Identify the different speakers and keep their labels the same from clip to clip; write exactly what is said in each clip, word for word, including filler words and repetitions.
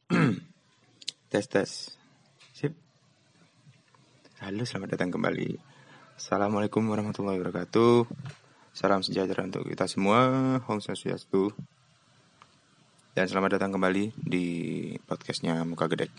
Speaker 1: Tes tes. Sip. Halo, selamat datang kembali. Assalamualaikum warahmatullahi wabarakatuh. Salam sejahtera untuk kita semua. Om Swastiastu. Dan selamat datang kembali di podcastnya Muka Gedek.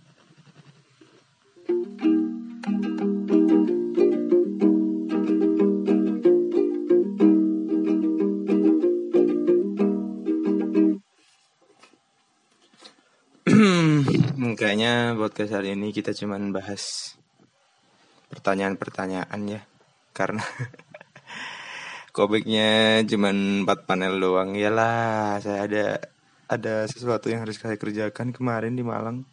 Speaker 1: Kayaknya podcast hari ini kita cuman bahas pertanyaan-pertanyaan ya. Karena komiknya cuman empat panel doang. Iyalah, saya ada ada sesuatu yang harus saya kerjakan kemarin di Malang.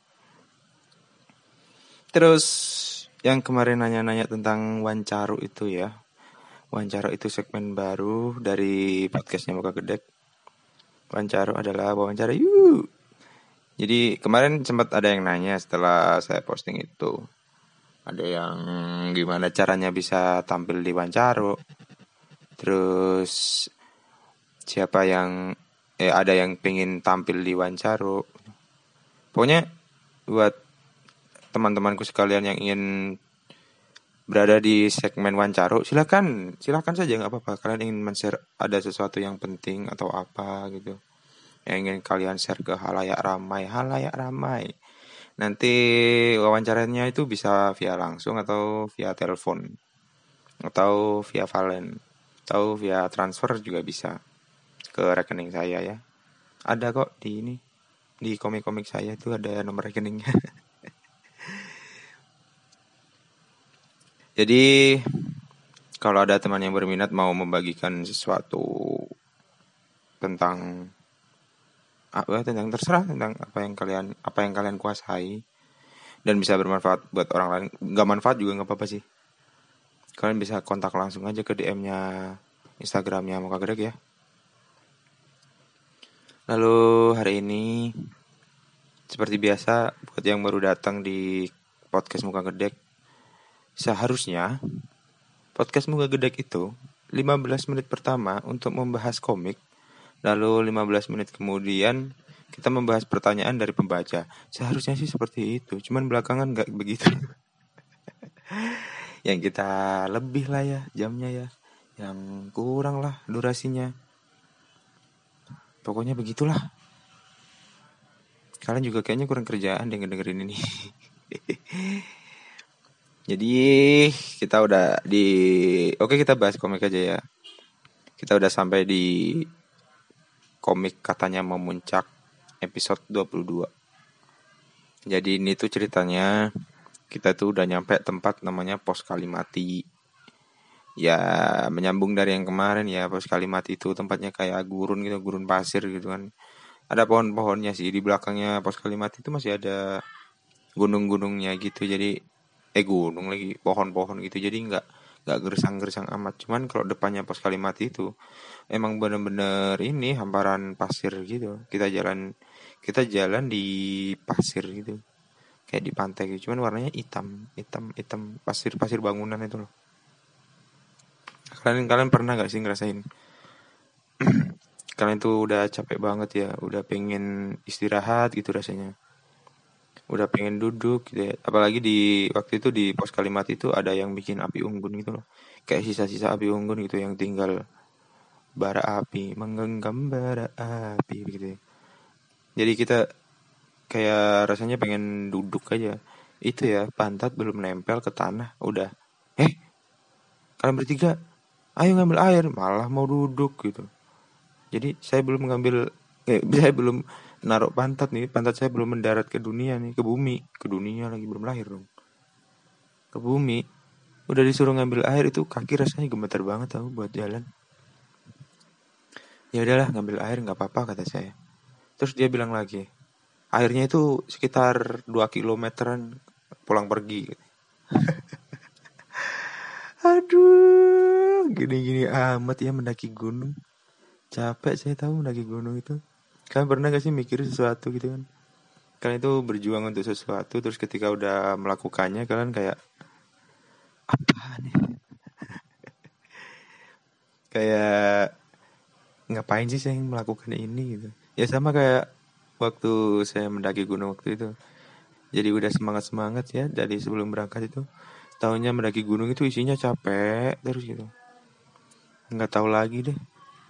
Speaker 1: Terus yang kemarin nanya-nanya tentang Wancaro itu ya. Wancaro itu segmen baru dari podcastnya Muka Gedek. Wancaro adalah wawancara yuk. Jadi kemarin sempat ada yang nanya setelah saya posting itu. Ada yang gimana caranya bisa tampil di Wancaro. Terus siapa yang eh ada yang pengen tampil di Wancaro. Pokoknya buat teman-temanku sekalian yang ingin berada di segmen Wancaro, silakan, silakan saja, nggak apa-apa. Kalian ingin men-share ada sesuatu yang penting atau apa gitu, yang ingin kalian share ke halayak ramai, halayak ramai. Nanti wawancaranya itu bisa via langsung atau via telepon atau via Valen atau via transfer juga bisa ke rekening saya ya. Ada kok di ini, di komik-komik saya itu ada nomor rekeningnya. Jadi kalau ada teman yang berminat mau membagikan sesuatu tentang apa tentang terserah tentang apa yang kalian apa yang kalian kuasai dan bisa bermanfaat buat orang lain, nggak manfaat juga nggak apa-apa sih. Kalian bisa kontak langsung aja ke D M-nya Instagramnya Muka Gedek ya. Lalu hari ini seperti biasa buat yang baru datang di podcast Muka Gedek, seharusnya podcast Muka Gedek itu lima belas menit pertama untuk membahas komik, lalu lima belas menit kemudian kita membahas pertanyaan dari pembaca. Seharusnya sih seperti itu, cuman belakangan gak begitu. Yang kita lebih lah ya jamnya ya, yang kurang lah durasinya. Pokoknya begitulah. Kalian juga kayaknya kurang kerjaan dengan dengerin ini. Jadi kita udah di Oke, kita bahas komik aja ya. Kita udah sampai di komik Katanya Memuncak episode dua puluh dua. Jadi ini tuh ceritanya kita tuh udah nyampe tempat namanya Pos Kalimati. Ya menyambung dari yang kemarin ya, Pos Kalimati itu tempatnya kayak gurun gitu, gurun pasir gitu kan. Ada pohon-pohonnya sih, di belakangnya Pos Kalimati itu masih ada gunung-gunungnya gitu. Jadi eh gunung lagi, pohon-pohon gitu. Jadi nggak nggak gersang-gersang amat. Cuman kalau depannya Pos Kalimati itu emang bener-bener ini hamparan pasir gitu. Kita jalan kita jalan di pasir gitu, kayak di pantai gitu. Cuman warnanya hitam, hitam, hitam, pasir pasir bangunan itu loh. Kalian kalian pernah nggak sih ngerasain? Kalian tuh udah capek banget ya, udah pengen istirahat gitu rasanya, udah pengen duduk gitu ya. Apalagi di waktu itu di Pos Kalimati itu ada yang bikin api unggun gitu loh, kayak sisa-sisa api unggun gitu yang tinggal bara api, menggenggam bara api gitu ya. Jadi kita kayak rasanya pengen duduk aja. Itu ya, pantat belum nempel ke tanah udah, eh kalian bertiga ayo ngambil air, malah mau duduk gitu. Jadi saya belum ngambil eh, saya belum naruh pantat nih, pantat saya belum mendarat ke dunia nih, ke bumi, ke dunia lagi, belum lahir dong, ke bumi udah disuruh ngambil air. Itu kaki rasanya gemeter banget tau buat jalan. Ya udahlah, ngambil air nggak apa-apa kata saya. Terus dia bilang lagi, airnya itu sekitar dua kilometeran pulang pergi. Aduh, gini-gini amat ya mendaki gunung. Capek saya tahu mendaki gunung itu. Kalian pernah gak sih mikir sesuatu gitu kan? Kalian itu berjuang untuk sesuatu, terus ketika udah melakukannya kalian kayak apa nih? Kayak ngapain sih saya melakukan ini gitu. Ya sama kayak waktu saya mendaki gunung waktu itu. Jadi udah semangat-semangat ya dari sebelum berangkat itu. Tahunya mendaki gunung itu isinya capek terus gitu. Nggak tahu lagi deh.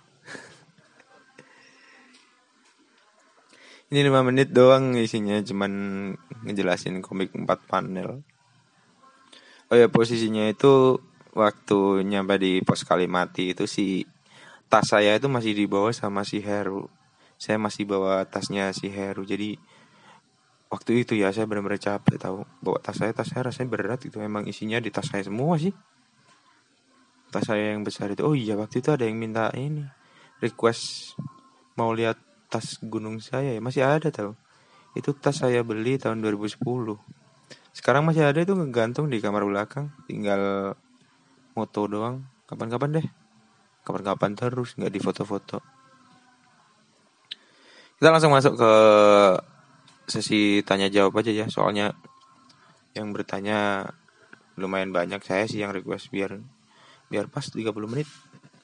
Speaker 1: Ini lima menit doang isinya, cuman ngejelasin komik empat panel. Oh ya, posisinya itu waktu nyampe di pos Kalimati itu si tas saya itu masih dibawa sama si Heru. Saya masih bawa tasnya si Heru. Jadi waktu itu ya saya benar-benar capek tahu. Bawa tas saya, tas saya rasanya berat itu. Emang isinya di tas saya semua sih. Tas saya yang besar itu. Oh iya, waktu itu ada yang minta ini request mau lihat tas gunung saya ya. Masih ada tahu. Itu tas saya beli tahun dua ribu sepuluh. Sekarang masih ada itu ngegantung di kamar belakang. Tinggal moto doang. Kapan-kapan deh. Kapan-kapan terus, nggak di foto-foto. Kita langsung masuk ke sesi tanya jawab aja ya. Soalnya yang bertanya lumayan banyak. Saya sih yang request biar biar pas tiga puluh menit.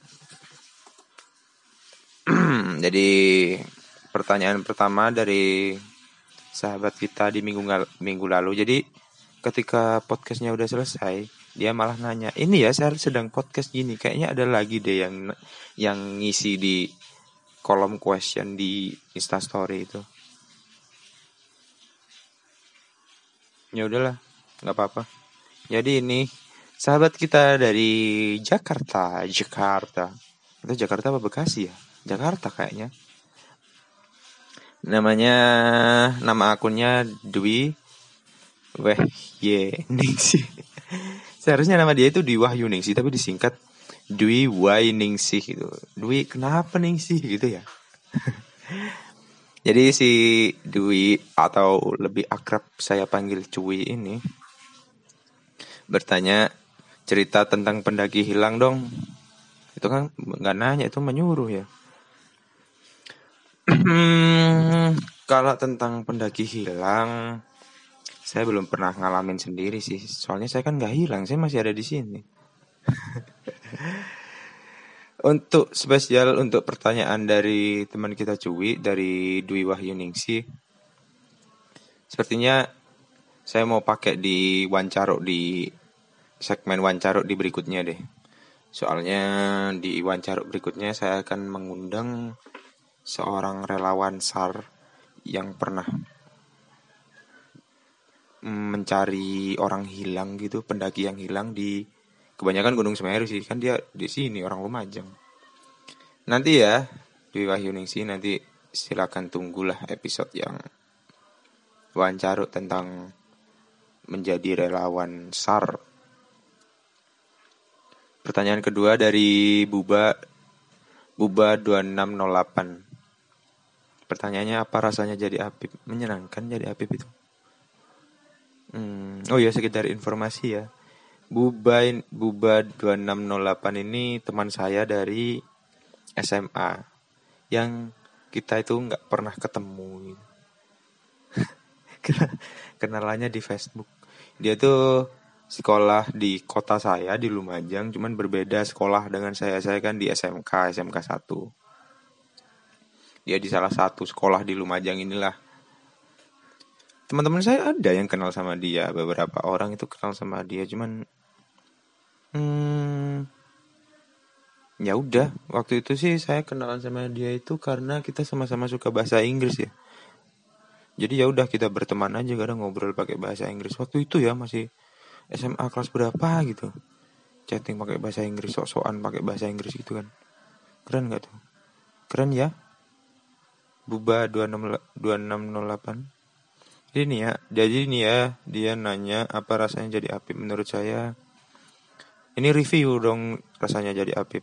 Speaker 1: Jadi pertanyaan pertama dari sahabat kita di minggu minggu lalu. Jadi ketika podcastnya udah selesai, dia malah nanya, ini ya saya sedang podcast gini, kayaknya ada lagi deh yang yang ngisi di kolom question di Instastory itu. Ya udahlah, nggak apa-apa. Jadi ini sahabat kita dari Jakarta, Jakarta. Itu Jakarta apa Bekasi ya? Jakarta kayaknya. Namanya, nama akunnya Dwi Wahye Ningsih. Seharusnya nama dia itu Dwi Wahyu Ningsih, tapi disingkat Dwi Wahyu Ningsih gitu. Dwi kenapa Ningsih gitu ya? Jadi si Dwi atau lebih akrab saya panggil Cuy ini bertanya cerita tentang pendaki hilang dong. Itu kan nggak nanya, itu menyuruh ya. Hmm, kalau tentang pendaki hilang, saya belum pernah ngalamin sendiri sih. Soalnya saya kan nggak hilang, saya masih ada di sini. Untuk spesial untuk pertanyaan dari teman kita Cuwi dari Dwi Wahyu Ningsih, sepertinya saya mau pakai di Wancaruk, di segmen Wancaruk di berikutnya deh. Soalnya di Wancaruk berikutnya saya akan mengundang seorang relawan S A R yang pernah mencari orang hilang gitu, pendaki yang hilang di kebanyakan Gunung Semeru sih, kan dia di sini orang Lumajang. Nanti ya di Wahyu Ningsih, nanti silakan tunggulah episode yang Wancaruk tentang menjadi relawan S A R. Pertanyaan kedua dari Buba Buba dua enam nol delapan. Pertanyaannya, apa rasanya jadi Apip? Menyenangkan jadi Apip itu. Hmm, oh ya, sekedar informasi ya. Buba Buba dua enam nol delapan ini teman saya dari S M A yang kita itu nggak pernah ketemu. Kenalannya di Facebook. Dia tuh sekolah di kota saya di Lumajang, cuman berbeda sekolah dengan saya. Saya kan di S M K, S M K satu. Dia di salah satu sekolah di Lumajang inilah. Teman-teman saya ada yang kenal sama dia, beberapa orang itu kenal sama dia, cuman hmm, ya udah, waktu itu sih saya kenalan sama dia itu karena kita sama-sama suka bahasa Inggris ya. Jadi ya udah, kita berteman aja, kadang ngobrol pakai bahasa Inggris. Waktu itu ya masih S M A kelas berapa gitu. Chatting pakai bahasa Inggris, sok-sokan pakai bahasa Inggris gitu kan. Keren enggak tuh? Keren ya? Buba dua enam nol delapan. Jadi nih ya, jadi nih ya, dia nanya apa rasanya jadi Apip. Menurut saya, ini review dong rasanya jadi Apip.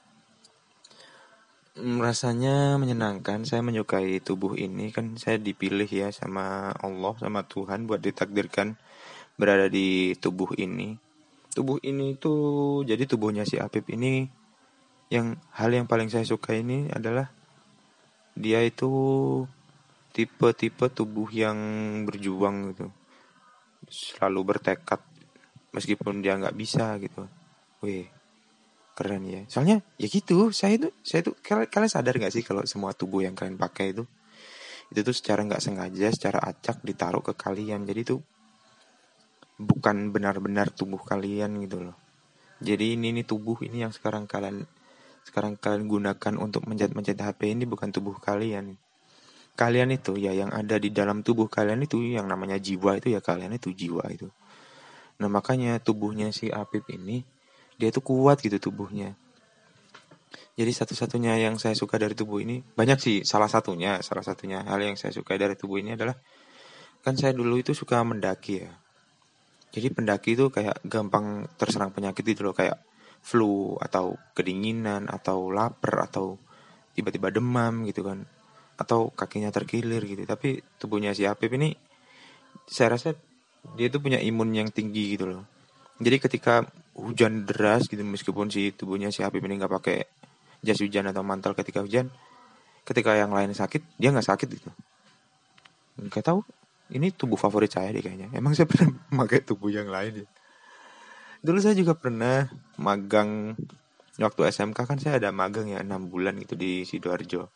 Speaker 1: Rasanya menyenangkan, saya menyukai tubuh ini. Kan saya dipilih ya sama Allah, sama Tuhan buat ditakdirkan berada di tubuh ini. Tubuh ini tuh, jadi tubuhnya si Apip ini, yang hal yang paling saya suka ini adalah dia itu tipe-tipe tubuh yang berjuang gitu, selalu bertekad meskipun dia nggak bisa gitu. Wih, keren ya. Soalnya ya gitu, saya itu saya itu kalian, kalian sadar nggak sih kalau semua tubuh yang kalian pakai itu itu tuh secara nggak sengaja, secara acak ditaruh ke kalian. Jadi itu bukan benar-benar tubuh kalian gitu loh. Jadi ini nih tubuh ini yang sekarang kalian sekarang kalian gunakan untuk mencet-mencet H P ini bukan tubuh kalian. Kalian itu ya yang ada di dalam tubuh kalian itu yang namanya jiwa itu ya kalian itu jiwa itu. Nah makanya tubuhnya si Apip ini dia tuh kuat gitu tubuhnya. Jadi satu-satunya yang saya suka dari tubuh ini banyak sih, salah satunya salah satunya hal yang saya suka dari tubuh ini adalah kan saya dulu itu suka mendaki ya. Jadi pendaki itu kayak gampang terserang penyakit gitu loh, kayak flu atau kedinginan atau lapar atau tiba-tiba demam gitu kan, atau kakinya terkilir gitu. Tapi tubuhnya si Apip ini saya rasa dia tuh punya imun yang tinggi gitu loh. Jadi ketika hujan deras gitu, meskipun si tubuhnya si Apip ini nggak pakai jas hujan atau mantel ketika hujan, ketika yang lain sakit dia nggak sakit gitu. Nggak tahu, ini tubuh favorit saya deh kayaknya. Emang saya pernah pakai tubuh yang lain ya. Dulu saya juga pernah magang waktu S M K kan, saya ada magang ya enam bulan gitu di Sidoarjo.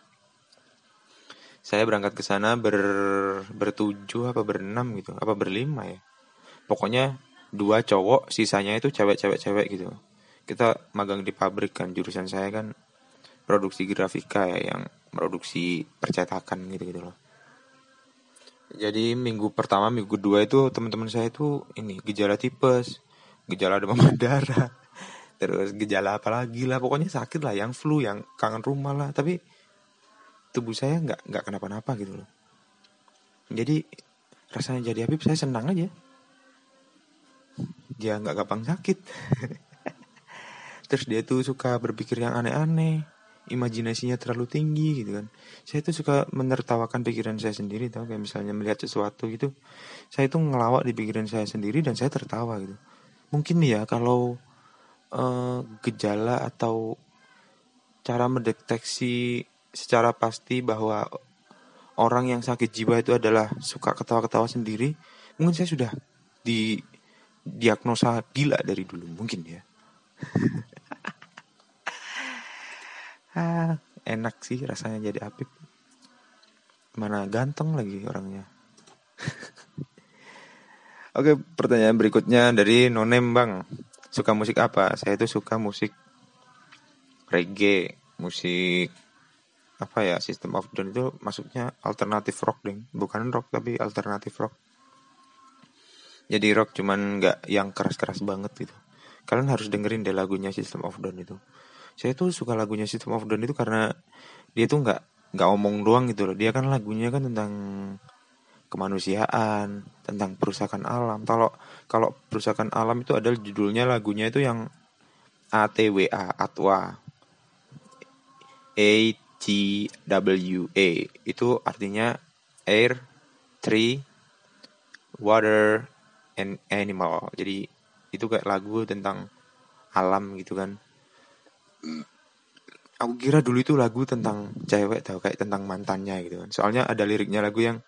Speaker 1: Saya berangkat ke sana ber bertujuh apa berenam gitu, apa berlima ya. Pokoknya dua cowok, sisanya itu cewek-cewek-cewek gitu. Kita magang di pabrik kan, jurusan saya kan produksi grafika ya, yang produksi percetakan gitu-gitu loh. Jadi minggu pertama, minggu kedua itu teman-teman saya itu ini gejala tipes, gejala demam berdarah, terus gejala apa lagi lah, pokoknya sakit lah, yang flu, yang kangen rumah lah. Tapi tubuh saya nggak nggak kenapa-napa gitu loh. Jadi rasanya jadi Habib saya senang aja. Dia nggak gampang sakit. Terus dia tuh suka berpikir yang aneh-aneh, imajinasinya terlalu tinggi gitu kan. Saya tuh suka menertawakan pikiran saya sendiri, tau, kayak misalnya melihat sesuatu gitu, saya tuh ngelawak di pikiran saya sendiri dan saya tertawa gitu. Mungkin ya kalau uh, gejala atau cara mendeteksi secara pasti bahwa orang yang sakit jiwa itu adalah suka ketawa-ketawa sendiri, mungkin saya sudah didiagnosa gila dari dulu mungkin ya. Ah, enak sih rasanya jadi Apip. Mana ganteng lagi orangnya. Oke, pertanyaan berikutnya dari Nonem Bang. Suka musik apa? Saya itu suka musik reggae, musik apa ya, System of Down itu masuknya alternatif rock ding, bukan rock tapi alternatif rock. Jadi rock cuman nggak yang keras-keras banget gitu. Kalian harus dengerin deh lagunya System of Down itu. Saya tuh suka lagunya System of Down itu karena dia tuh nggak nggak omong doang gitu loh. Dia kan lagunya kan tentang kemanusiaan, tentang perusakan alam. Kalau kalau perusakan alam itu adalah judulnya lagunya itu yang A T W A, Atwa. A T W A itu artinya air, tree, water, and animal. Jadi itu kayak lagu tentang alam gitu kan. Aku kira dulu itu lagu tentang cewek tau, kayak tentang mantannya gitu kan. Soalnya ada liriknya lagu yang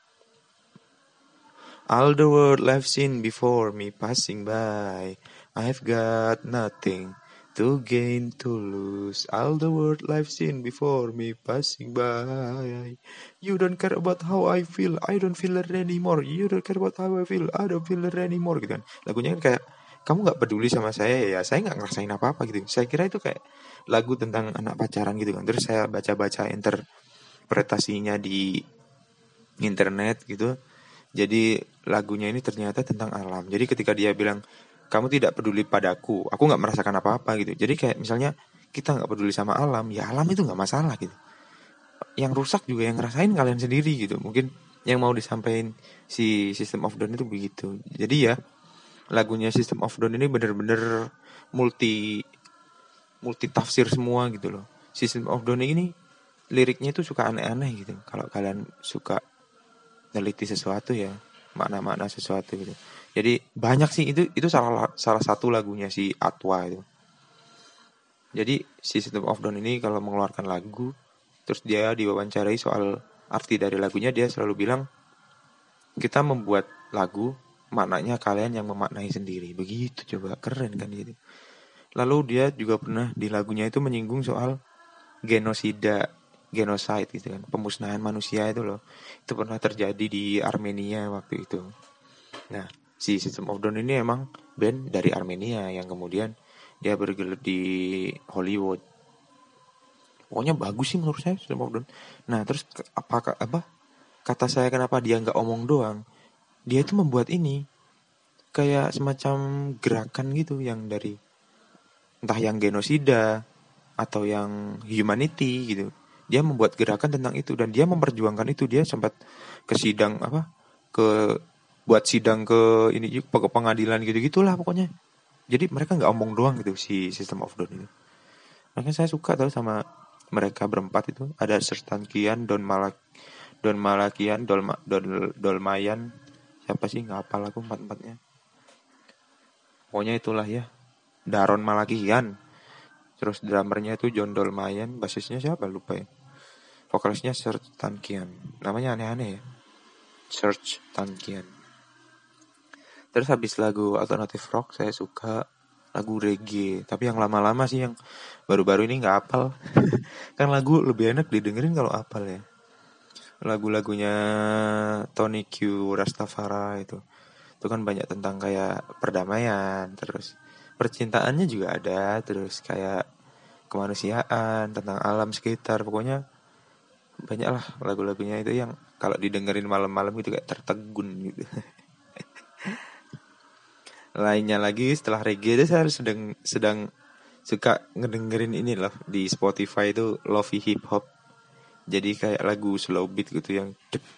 Speaker 1: all the world I've seen before me passing by, I've got nothing to gain to lose. All the world I've seen before me passing by, you don't care about how I feel, I don't feel it anymore. You don't care about how I feel, I don't feel it anymore gitu kan. Lagunya kan kayak kamu nggak peduli sama saya ya, saya nggak ngerasain apa-apa gitu. Saya kira itu kayak lagu tentang anak pacaran gitu kan. Terus saya baca-baca interpretasinya di internet gitu. Jadi lagunya ini ternyata tentang alam. Jadi ketika dia bilang kamu tidak peduli padaku, aku nggak merasakan apa-apa gitu. Jadi kayak misalnya kita nggak peduli sama alam, ya alam itu nggak masalah gitu. Yang rusak juga yang ngerasain kalian sendiri gitu. Mungkin yang mau disampaikan si System of Down itu begitu. Jadi ya lagunya System of Down ini bener-bener multi multi tafsir semua gitu loh. System of Down ini liriknya itu suka aneh-aneh gitu. Kalau kalian suka neliti sesuatu ya, makna-makna sesuatu gitu. Jadi banyak sih, itu itu salah salah satu lagunya si Atwa itu. Jadi System of Down ini kalau mengeluarkan lagu, terus dia diwawancarai soal arti dari lagunya, dia selalu bilang kita membuat lagu, maknanya kalian yang memaknai sendiri. Begitu, coba keren kan gitu. Lalu dia juga pernah di lagunya itu menyinggung soal genosida genocide gitu kan, pemusnahan manusia itu loh. Itu pernah terjadi di Armenia waktu itu. Nah, si System of Down ini emang band dari Armenia yang kemudian dia bergelut di Hollywood. Pokoknya bagus sih menurut saya System of Down. Nah, terus apa apa kata saya kenapa dia nggak omong doang? Dia itu membuat ini kayak semacam gerakan gitu yang dari entah yang genosida atau yang humanity gitu. Dia membuat gerakan tentang itu dan dia memperjuangkan itu. Dia sempat ke sidang apa? Ke buat sidang ke ini ke pengadilan gitu-gitulah pokoknya. Jadi mereka nggak omong doang gitu si System of Down itu. Makanya saya suka tahu sama mereka berempat itu. Ada Sertan Kian, Don Malak, Don Malakian, Dolma, Dol, Dolmayan. Siapa sih nggak hafal aku empat-empatnya. Pokoknya itulah ya. Daron Malakian. Terus drummernya itu John Dolmayan, basisnya siapa lupa ya. Vokalisnya Serge Tankian. Namanya aneh-aneh ya. Serge Tankian. Terus habis lagu alternative rock saya suka lagu reggae, tapi yang lama-lama sih, yang baru-baru ini nggak hafal. Kan lagu lebih enak didengerin kalau hafal ya. Lagu-lagunya Tony Q Rastafari itu. Itu kan banyak tentang kayak perdamaian, terus percintaannya juga ada, terus kayak kemanusiaan, tentang alam sekitar. Pokoknya banyak lah lagu-lagunya itu yang kalau didengerin malam-malam gitu kayak tertegun gitu. Lainnya lagi setelah reggae itu saya sedang sedang suka ngedengerin ini loh di Spotify itu lofi hip hop. Jadi kayak lagu slow beat gitu yang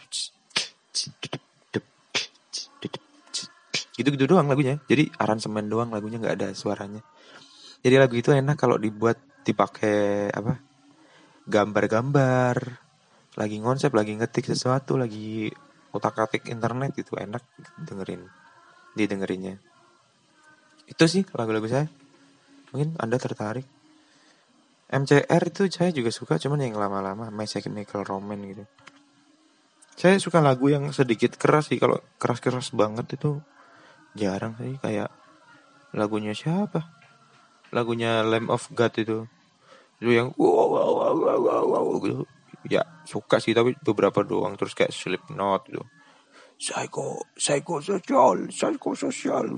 Speaker 1: gitu-gitu doang lagunya. Jadi aransemen doang, lagunya nggak ada suaranya. Jadi lagu itu enak kalau dibuat dipakai apa? Gambar-gambar, lagi ngonsep, lagi ngetik sesuatu, lagi otak-atik internet gitu, enak dengerin, didengerinnya. Itu sih lagu-lagu saya. Mungkin Anda tertarik. M C R itu saya juga suka, cuman yang lama-lama, My Chemical Romance gitu. Saya suka lagu yang sedikit keras sih. Kalau keras-keras banget itu jarang sih. Kayak lagunya siapa? Lagunya Lamb of God itu. Itu yang wow wow wow wow wow, wow gitu. Ya suka sih, tapi beberapa doang. Terus kayak Slipknot gitu. Psycho, psycho sosial, psycho sosial.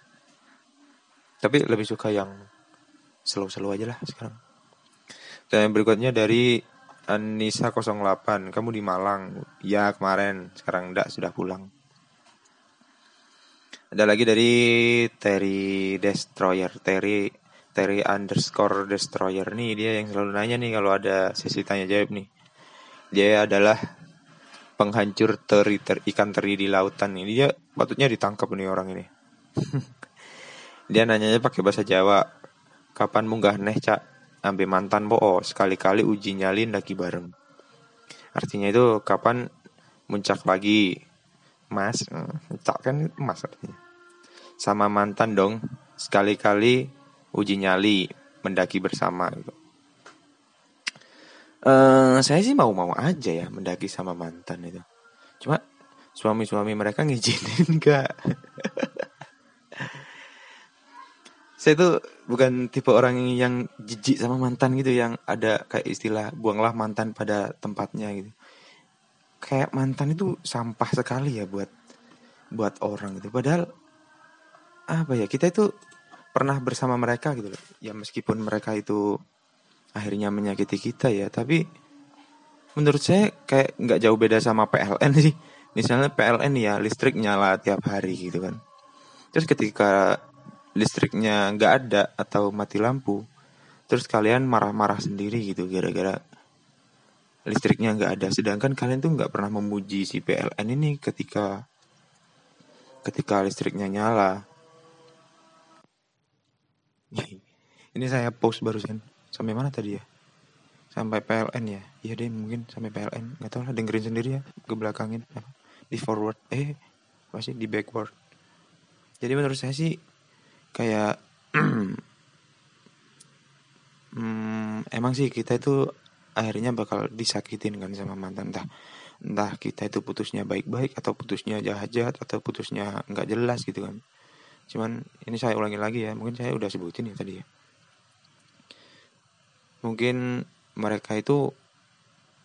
Speaker 1: Tapi lebih suka yang slow-slow aja lah sekarang. Dan yang berikutnya dari Anissa nol delapan. Kamu di Malang? Ya kemarin, sekarang enggak, sudah pulang. Ada lagi dari Terry Destroyer, Terry Terry underscore Destroyer nih, dia yang selalu nanya nih kalau ada sesi tanya jawab nih. Dia adalah penghancur teri, ter, ikan teri di lautan nih. Dia patutnya ditangkap nih orang ini. Dia nanyanya pakai bahasa Jawa. Kapan munggah neh cak? Ambe mantan po, oh, sekali-kali uji nyalin lagi bareng. Artinya itu kapan muncak lagi, mas? Cak kan mas artinya. Sama mantan dong, sekali-kali uji nyali, mendaki bersama gitu. Uh, saya sih mau-mau aja ya mendaki sama mantan itu. Cuma suami-suami mereka ngizinin gak? Saya tuh bukan tipe orang yang jijik sama mantan gitu, yang ada kayak istilah buanglah mantan pada tempatnya gitu. Kayak mantan itu sampah sekali ya buat buat orang gitu. Padahal apa ya, kita itu pernah bersama mereka gitu loh. Ya meskipun mereka itu akhirnya menyakiti kita ya, tapi menurut saya kayak nggak jauh beda sama P L N sih. Misalnya P L N ya listrik nyala tiap hari gitu kan. Terus ketika listriknya nggak ada atau mati lampu, terus kalian marah-marah sendiri gitu gara-gara listriknya nggak ada. Sedangkan kalian tuh nggak pernah memuji si P L N ini ketika ketika listriknya nyala. Ini saya post barusan. Sampai mana tadi ya? Sampai P L N ya. Iya deh, mungkin sampai P L N. Nggak tahu lah, dengerin sendiri ya. Ke belakangin, di forward, eh masih di backward. Jadi menurut saya sih kayak hmm, emang sih kita itu akhirnya bakal disakitin kan sama mantan. Entah entah kita itu putusnya baik-baik atau putusnya jahat-jahat atau putusnya nggak jelas gitu kan. Cuman ini saya ulangi lagi ya, mungkin saya udah sebutin ya tadi ya. Mungkin mereka itu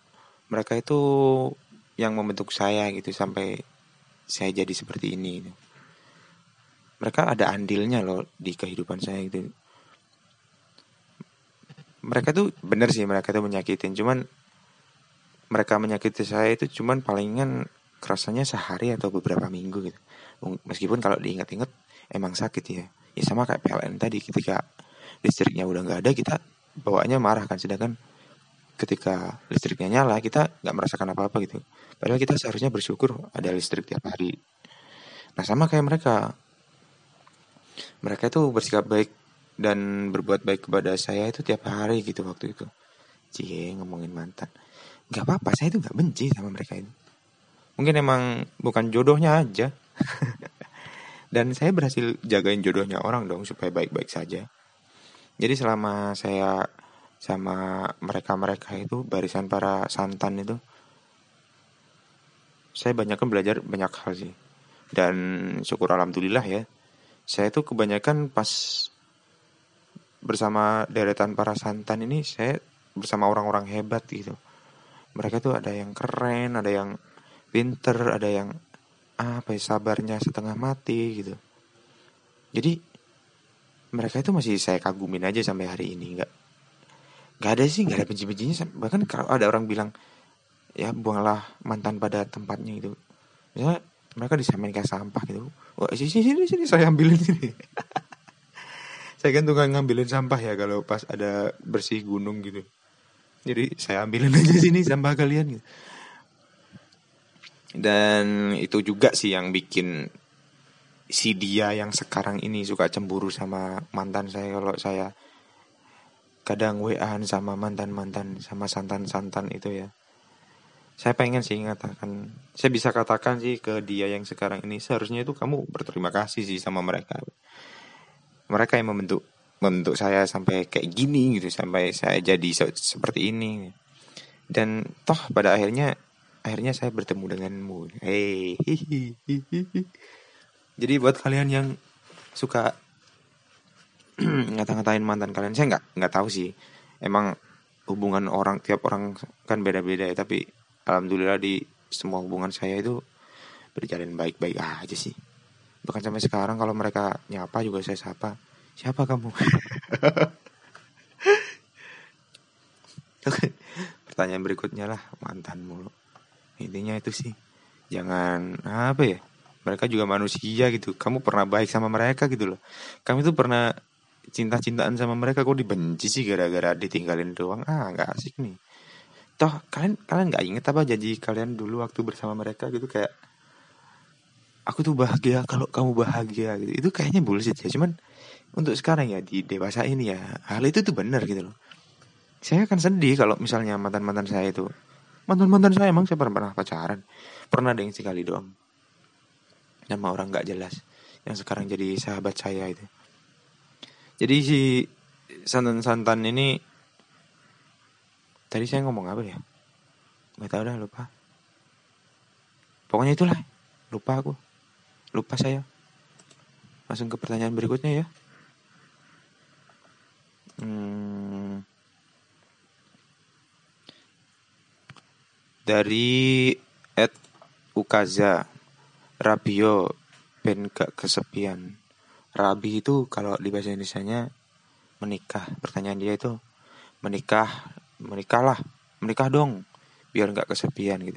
Speaker 1: mereka itu yang membentuk saya gitu sampai saya jadi seperti ini gitu. Mereka ada andilnya loh di kehidupan saya gitu. Mereka tuh bener sih, mereka tuh menyakitin, cuman mereka menyakiti saya itu cuman palingan kerasanya sehari atau beberapa minggu gitu. Meskipun kalau diingat-ingat emang sakit ya. Ya sama kayak P L N tadi, ketika listriknya udah nggak ada kita bawaannya marah kan, sedangkan ketika listriknya nyala kita nggak merasakan apa-apa gitu. Padahal kita seharusnya bersyukur ada listrik tiap hari. Nah sama kayak mereka, mereka itu bersikap baik dan berbuat baik kepada saya itu tiap hari gitu waktu itu. Cie ngomongin mantan, nggak apa-apa, saya itu nggak benci sama mereka itu. Mungkin emang bukan jodohnya aja. Dan saya berhasil jagain jodohnya orang dong supaya baik-baik saja. Jadi selama saya sama mereka-mereka itu, barisan para santan itu, saya banyak kan belajar banyak hal sih. Dan syukur alhamdulillah ya, saya tuh kebanyakan pas bersama deretan para santan ini, saya bersama orang-orang hebat gitu. Mereka tuh ada yang keren, ada yang pinter, ada yang apa ya, sabarnya setengah mati gitu. Jadi mereka itu masih saya kagumin aja sampai hari ini. Nggak nggak ada sih, nggak ada benci-bencinya. Bahkan kalau ada orang bilang ya buanglah mantan pada tempatnya gitu, misalnya mereka disamain kayak sampah gitu, wah sini sini sini saya ambilin sini. Saya kan tukang ngambilin sampah ya kalau pas ada bersih gunung gitu, jadi saya ambilin aja sini sampah kalian gitu. Dan itu juga sih yang bikin si dia yang sekarang ini suka cemburu sama mantan saya kalau saya kadang W A-an sama mantan-mantan, sama santan-santan itu ya. Saya pengen sih ngatakan, saya bisa katakan sih ke dia yang sekarang ini, seharusnya itu kamu berterima kasih sih sama mereka. Mereka yang membentuk membentuk saya sampai kayak gini gitu, sampai saya jadi se- seperti ini. Dan toh pada akhirnya akhirnya saya bertemu denganmu. Hei. Jadi buat kalian yang suka ngata-ngatain mantan kalian, saya nggak nggak tahu sih. Emang hubungan orang, tiap orang kan beda-beda ya, tapi alhamdulillah di semua hubungan saya itu berjalan baik-baik aja sih. Bahkan sampai sekarang kalau mereka nyapa juga saya sapa, siapa kamu? Pertanyaan berikutnya lah, mantan mulu. Intinya itu sih, jangan apa ya, mereka juga manusia gitu. Kamu pernah baik sama mereka gitu loh. Kamu tuh pernah cinta-cintaan sama mereka, kok dibenci sih gara-gara ditinggalin doang? Ah nggak asik nih. Toh kalian kalian nggak inget apa janji kalian dulu waktu bersama mereka gitu, kayak aku tuh bahagia kalau kamu bahagia gitu. Itu kayaknya bullshit ya. Cuman untuk sekarang ya di dewasa ini ya, hal itu tuh benar gitu loh. Saya akan sedih kalau misalnya mantan-mantan saya itu, mantan-mantan saya emang saya pernah, pernah pacaran, pernah ada yang sekali doang, nama orang nggak jelas, yang sekarang jadi sahabat saya itu. Jadi si santan-santan ini, tadi saya ngomong apa ya? Nggak tahu dah, lupa. Pokoknya itulah, lupa aku, lupa saya. Langsung ke pertanyaan berikutnya ya. Hmm, dari Ed Ukaza, Rabio ben gak kesepian. Rabi itu kalau di bahasa Indonesianya menikah. Pertanyaan dia itu menikah, menikahlah, menikah dong, biar nggak kesepian gitu.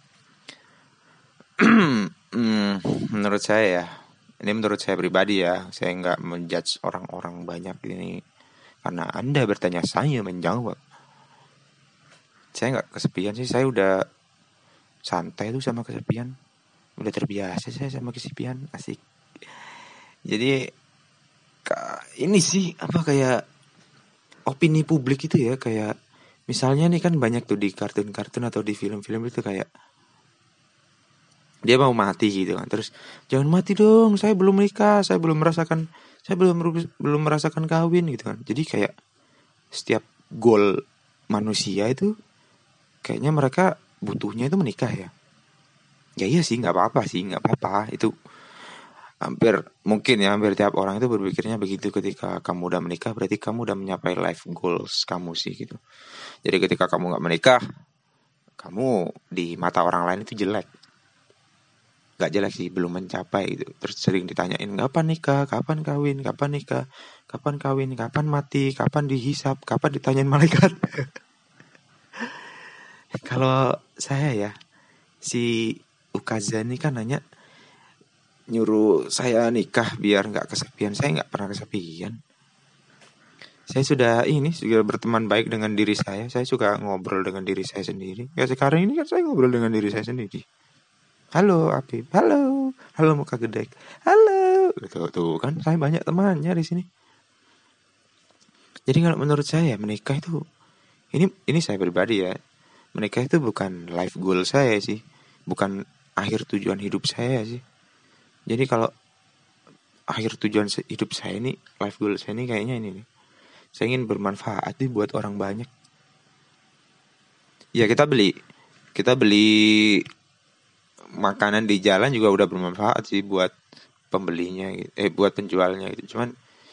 Speaker 1: hmm, menurut saya ya, ini menurut saya pribadi ya, saya nggak menjudge orang-orang banyak ini, karena Anda bertanya saya menjawab. Saya nggak kesepian sih, saya udah santai tuh sama kesepian, udah terbiasa saya sama kesepian, asik. Jadi ini sih apa, kayak opini publik itu ya, kayak misalnya nih kan banyak tuh di kartun-kartun atau di film-film itu kayak dia mau mati gitu kan, terus jangan mati dong, saya belum menikah, saya belum merasakan, saya belum belum merasakan kawin gitu kan. Jadi kayak setiap goal manusia itu kayaknya mereka butuhnya itu menikah ya. Ya iya sih, nggak apa-apa sih, nggak apa-apa itu. Hampir mungkin ya, hampir tiap orang itu berpikirnya begitu. Ketika kamu udah menikah berarti kamu udah mencapai life goals kamu sih gitu. Jadi ketika kamu nggak menikah, kamu di mata orang lain itu jelek. Gak jelek sih, belum mencapai gitu. Terus sering ditanyain, kapan nikah, kapan kawin, kapan nikah, kapan kawin, kapan mati, kapan dihisap, kapan ditanyain malaikat. Kalau saya ya, si Ukaza ini kan nanya, nyuruh saya nikah biar gak kesepian. Saya gak pernah kesepian. Saya sudah ini sudah berteman baik dengan diri saya. Saya suka ngobrol dengan diri saya sendiri. Ya sekarang ini kan saya ngobrol dengan diri saya sendiri. Halo Apip, halo, halo muka gedek, halo. Tuh, tuh kan saya banyak temannya di sini. Jadi kalau menurut saya menikah itu, ini ini saya pribadi ya, menikah itu bukan life goal saya sih, bukan akhir tujuan hidup saya sih. Jadi kalau akhir tujuan hidup saya ini, life goal saya ini kayaknya ini nih. Saya ingin bermanfaat nih buat orang banyak. Ya kita beli, kita beli makanan di jalan juga udah bermanfaat sih buat pembelinya, gitu. eh buat penjualnya gitu. Cuman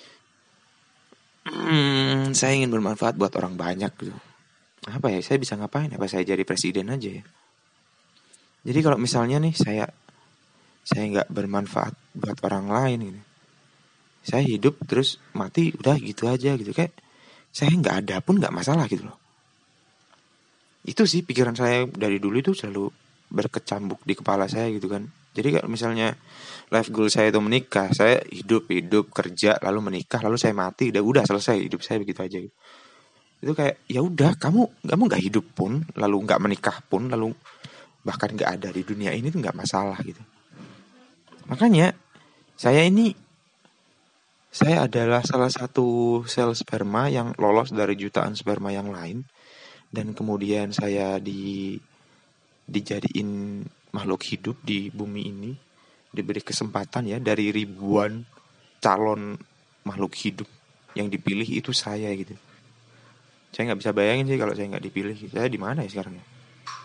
Speaker 1: hmm, saya ingin bermanfaat buat orang banyak gitu. Apa ya? Saya bisa ngapain? Apa saya jadi presiden aja ya? Jadi kalau misalnya nih saya saya nggak bermanfaat buat orang lain gitu, saya hidup terus mati udah gitu aja gitu, kayak saya nggak ada pun nggak masalah gitu loh. Itu sih pikiran saya dari dulu itu selalu berkecambuk di kepala saya gitu kan. Jadi kalau misalnya life goal saya itu menikah, saya hidup hidup kerja lalu menikah lalu saya mati, udah udah selesai hidup saya begitu aja gitu. Itu kayak ya udah, kamu kamu nggak hidup pun lalu nggak menikah pun lalu bahkan nggak ada di dunia ini tuh nggak masalah gitu. Makanya saya ini saya adalah salah satu sel sperma yang lolos dari jutaan sperma yang lain, dan kemudian saya di dijadiin makhluk hidup di bumi ini, diberi kesempatan ya dari ribuan calon makhluk hidup yang dipilih itu saya gitu. Saya nggak bisa bayangin sih kalau saya nggak dipilih, saya di mana ya sekarang ya?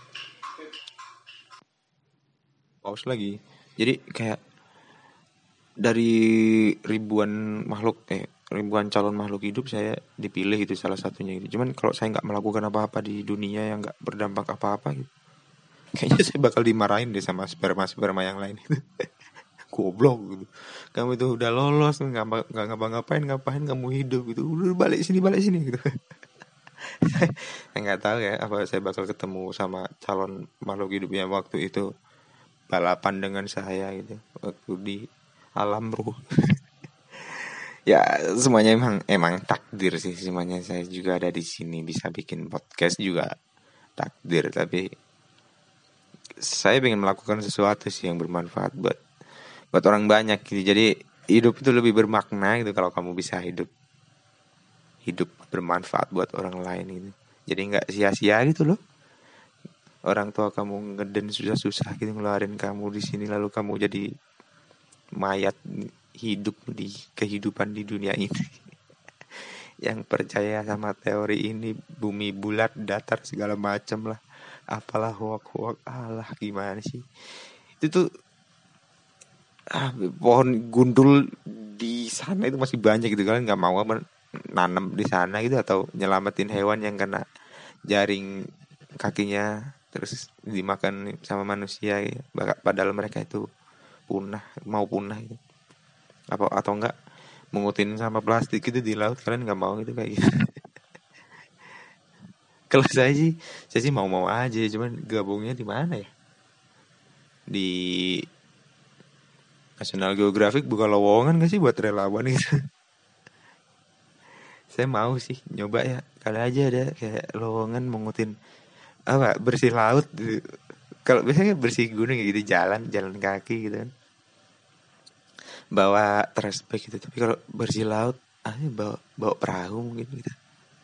Speaker 1: Pause lagi. Jadi kayak dari ribuan makhluk eh ribuan calon makhluk hidup saya dipilih itu salah satunya gitu. Cuman kalau saya nggak melakukan apa-apa di dunia yang nggak berdampak apa-apa gitu, kayaknya saya bakal dimarahin deh sama sperma-sperma yang lain itu. Goblok gitu. Kamu itu udah lolos, nggak nggak ngapa-ngapain, ngapain kamu hidup gitu. Udah balik sini, balik sini gitu. Saya nggak tahu ya apa saya bakal ketemu sama calon makhluk hidup yang waktu itu balapan dengan saya gitu, waktu di alam ruh. Ya semuanya emang emang takdir sih, semuanya saya juga ada di sini bisa bikin podcast juga takdir, tapi saya ingin melakukan sesuatu sih yang bermanfaat buat buat orang banyak gitu. Jadi hidup itu lebih bermakna gitu kalau kamu bisa hidup hidup bermanfaat buat orang lain gitu. Jadi nggak sia-sia gitu loh. Orang tua kamu ngeden susah-susah gitu ngeluarin kamu di sini, lalu kamu jadi mayat hidup di kehidupan di dunia ini. Yang percaya sama teori ini bumi bulat, datar segala macam lah. Apalah hoak-hoak, alah gimana sih itu tuh. Ah, pohon gundul di sana itu masih banyak gitu, kalian nggak mau apa nanam di sana gitu atau nyelamatin hewan yang kena jaring kakinya terus dimakan sama manusia gitu. Padahal mereka itu punah, mau punah gitu. Apa atau enggak mengutin sama plastik itu di laut, kalian nggak mau gitu kayak gitu. Kalau saya sih, saya sih mau-mau aja, cuman gabungnya di mana ya? Di National Geographic buka lowongan gak sih buat relawan gitu? Saya mau sih nyoba ya, kali aja ada kayak lowongan mengutin apa bersih laut gitu. Kalau biasanya bersih gunung gitu, jalan jalan kaki gitu kan, bawa trash bag gitu. Tapi kalau bersih laut, ah bawa bawa perahu mungkin gitu.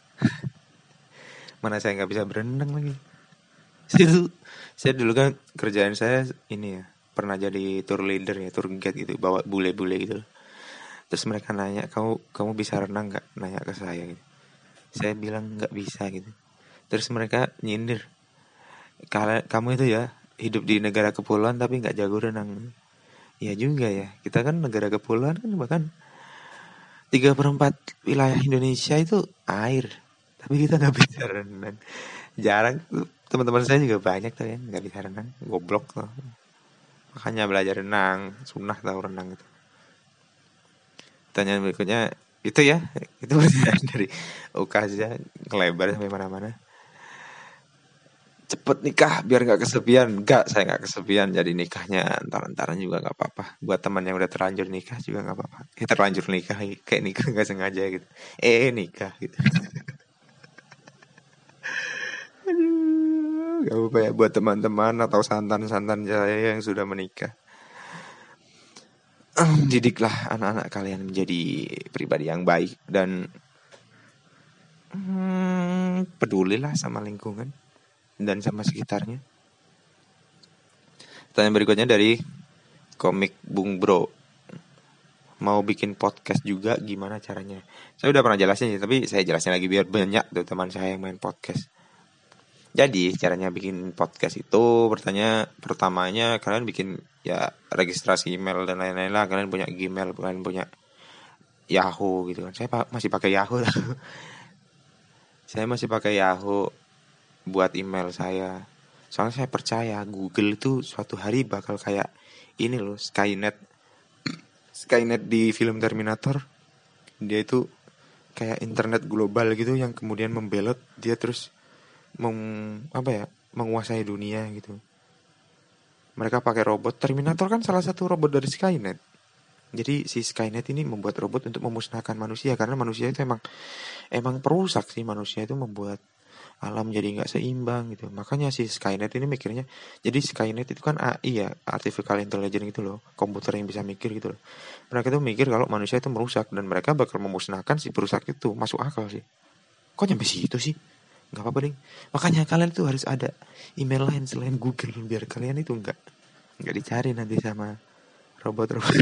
Speaker 1: Mana saya nggak bisa berenang lagi. Itu saya dulu kan kerjaan saya ini ya, pernah jadi tour leader ya, tour guide gitu, bawa bule-bule gitu. Terus mereka nanya, kamu kamu bisa renang nggak? Nanya ke saya gitu. Saya bilang nggak bisa gitu. Terus mereka nyindir, kalau kamu itu ya hidup di negara kepulauan tapi nggak jago renang. Ya juga ya, kita kan negara kepulauan kan, bahkan tiga per empat wilayah Indonesia itu air, tapi kita nggak bisa renang. Jarang tuh Teman-teman saya juga banyak tuh ya nggak bisa renang, goblok tuh. Makanya belajar renang, sunnah tahu renang itu. Pertanyaan berikutnya itu ya, itu pertanyaan dari Ukaza ngelebar sampai mana-mana. Cepet nikah biar nggak kesepian. Nggak, saya nggak kesepian. Jadi nikahnya antar-antaran juga nggak apa-apa. Buat teman yang udah terlanjur nikah juga nggak apa-apa. Ya terlanjur nikah, kayak nikah nggak sengaja gitu. Eh nikah gitu. Aduh, nggak apa-apa ya buat teman-teman atau santan-santan saya yang sudah menikah. Didiklah anak-anak kalian menjadi pribadi yang baik dan hmm, pedulilah sama lingkungan dan sama sekitarnya. Pertanyaan berikutnya dari komik Bung Bro. Mau bikin podcast juga gimana caranya? Saya udah pernah jelasin sih, tapi saya jelasin lagi biar banyak tuh teman saya yang main podcast. Jadi caranya bikin podcast itu bertanya pertamanya kalian bikin ya registrasi email dan lain-lain lah. Kalian punya Gmail, kalian punya Yahoo gitu kan. Saya pa- masih pakai Yahoo. Saya masih pakai Yahoo buat email saya. Soalnya saya percaya Google itu suatu hari bakal kayak ini loh, Skynet. Skynet di film Terminator. Dia itu kayak internet global gitu yang kemudian membelot, dia terus meng, apa ya, menguasai dunia gitu. Mereka pakai robot. Terminator kan salah satu robot dari Skynet. Jadi si Skynet ini membuat robot untuk memusnahkan manusia karena manusia itu emang emang perusak sih, manusia itu membuat alam jadi nggak seimbang gitu. Makanya si Skynet ini mikirnya, jadi Skynet itu kan A I ya, artificial intelligence gitu loh, komputer yang bisa mikir gitu loh. Mereka tuh mikir kalau manusia itu merusak dan mereka bakal memusnahkan si perusak itu. Masuk akal sih. Kok nyampe situ sih? Nggak apa-apa ding. Makanya kalian tuh harus ada email lain selain Google biar kalian itu nggak nggak dicari nanti sama robot-robot.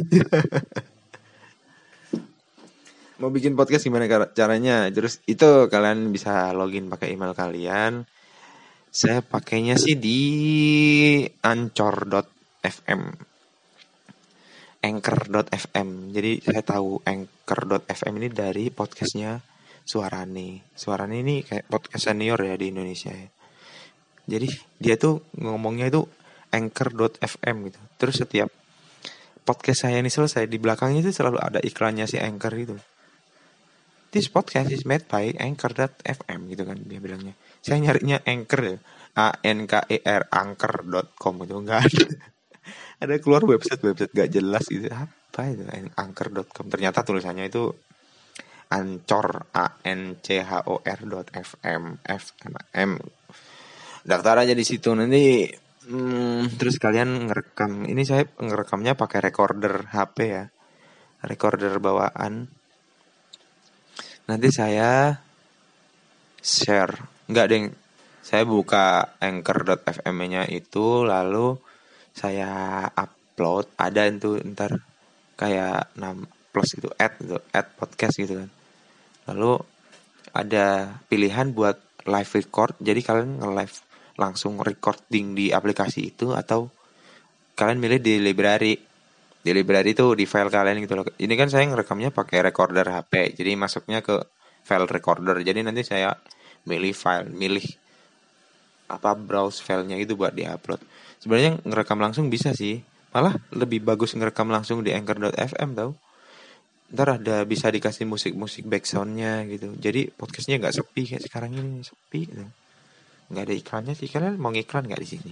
Speaker 1: Mau bikin podcast gimana caranya? Terus itu kalian bisa login pakai email kalian. Saya pakainya sih di anchor dot f m, anchor dot f m. Jadi saya tahu anchor dot f m ini dari podcastnya Suarane. Suarane ini kayak podcast senior ya di Indonesia ya. Jadi dia tuh ngomongnya itu anchor dot f m gitu. Terus setiap podcast saya ini selesai, di belakangnya itu selalu ada iklannya si Anchor gitu. This podcast is made by anchor dot f m gitu kan dia bilangnya. Saya nyarinya Anchor ya. A N K E R anchor dot com itu enggak ada. Ada keluar website-website gak jelas gitu. Apa itu anchor dot com? Ternyata tulisannya itu Ancor, A N C H O R dot F M F M M. Daftar aja di situ nanti. Hmm, terus kalian ngerekam. Ini saya ngerekamnya pakai recorder H P ya, recorder bawaan. Nanti saya share, enggak deng, saya buka anchor dot f m-nya itu, lalu saya upload, ada itu ntar kayak enam plus itu add itu add podcast gitu kan. Lalu ada pilihan buat live record, jadi kalian nge-live langsung recording di aplikasi itu atau kalian milih di library. Di library itu di file kalian gitu loh. Ini kan saya ngerekamnya pakai recorder H P, jadi masuknya ke file recorder. Jadi nanti saya milih file, milih apa browse filenya itu buat diupload. Sebenarnya ngerekam langsung bisa sih, malah lebih bagus ngerekam langsung di anchor dot f m tau. Ntar ada bisa dikasih musik-musik backsoundnya gitu. Jadi podcastnya nggak sepi kayak sekarang ini sepi gitu. Nggak ada iklannya sih. Kalian mau ngiklan nggak di sini?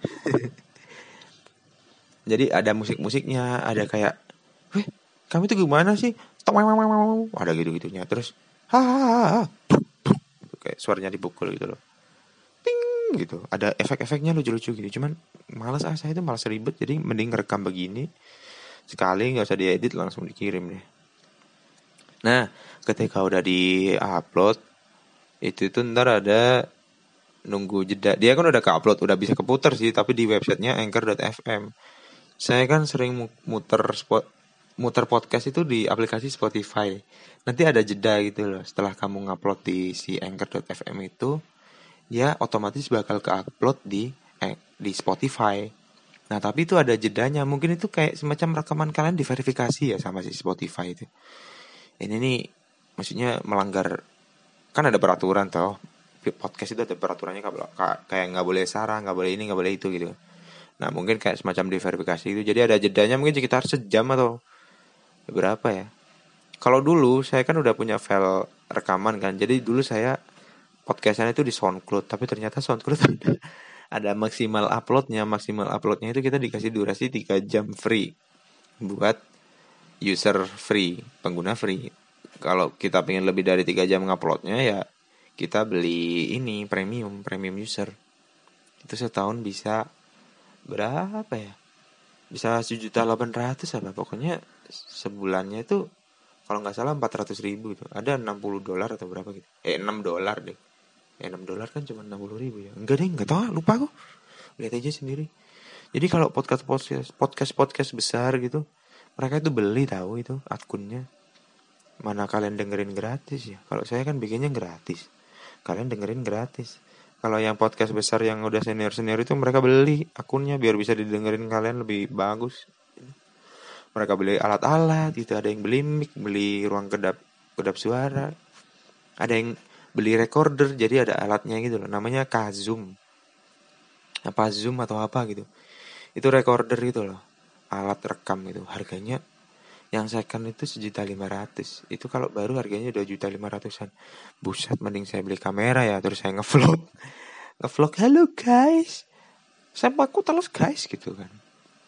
Speaker 1: Jadi ada musik-musiknya, ada kayak, weh, kamu itu gimana sih? Ada gitu-gitunya. Terus, hahaha, kayak suaranya dipukul gitu loh. Ting gitu. Ada efek-efeknya lucu-lucu gitu. Cuman malas ah, saya itu malas ribet. Jadi mending rekam begini. Sekali nggak usah diedit, langsung dikirim deh. Nah, ketika udah di-upload, itu itu ntar ada nunggu jeda. Dia kan udah ke-upload, udah bisa keputar sih. Tapi di websitenya anchor dot f m. Saya kan sering muter spot, muter podcast itu di aplikasi Spotify. Nanti ada jeda gitu loh. Setelah kamu ngupload di si anchor dot f m itu, ya otomatis bakal ke-upload di eh, di Spotify. Nah, tapi itu ada jedanya. Mungkin itu kayak semacam rekaman kalian diverifikasi ya sama si Spotify itu. Ini nih maksudnya melanggar, kan ada peraturan toh. podcast itu ada peraturannya kayak nggak boleh sarah, nggak boleh ini, nggak boleh itu gitu. Nah mungkin kayak semacam diverifikasi itu. Jadi ada jedanya mungkin sekitar sejam atau berapa ya. Kalau dulu saya kan udah punya file rekaman kan. Jadi dulu saya podcastnya itu di SoundCloud. Tapi ternyata SoundCloud ada, ada maksimal uploadnya. Maksimal uploadnya itu kita dikasih durasi tiga jam free. Buat user free, pengguna free. Kalau kita pengen lebih dari tiga jam nguploadnya ya kita beli ini premium, premium user. Itu setahun bisa berapa ya? Bisa sejuta delapan ratus apa. Pokoknya sebulannya itu kalau nggak salah empat ratus ribu itu. Ada enam puluh dolar atau berapa gitu. Eh enam dolar deh. Eh enam dolar kan cuma enam puluh ribu ya. Enggak deh, nggak tahu, lupa aku. Lihat aja sendiri. Jadi kalau podcast podcast podcast podcast besar gitu, mereka itu beli tahu itu akunnya. Mana kalian dengerin gratis ya? Kalau saya kan bikinnya gratis. Kalian dengerin gratis. Kalau yang podcast besar yang udah senior-senior itu mereka beli akunnya biar bisa didengerin kalian lebih bagus. Mereka beli alat-alat gitu, ada yang beli mic, beli ruang kedap kedap suara. Ada yang beli recorder, jadi ada alatnya gitu loh. Namanya Kazum. Apa Zoom atau apa gitu. Itu recorder gitu loh. Alat rekam itu harganya yang second itu sejuta lima ratus. Itu kalau baru harganya dua juta lima ratusan. Buset, mending saya beli kamera ya. Terus saya ngevlog. Ngevlog, halo guys, sama aku terus guys gitu kan.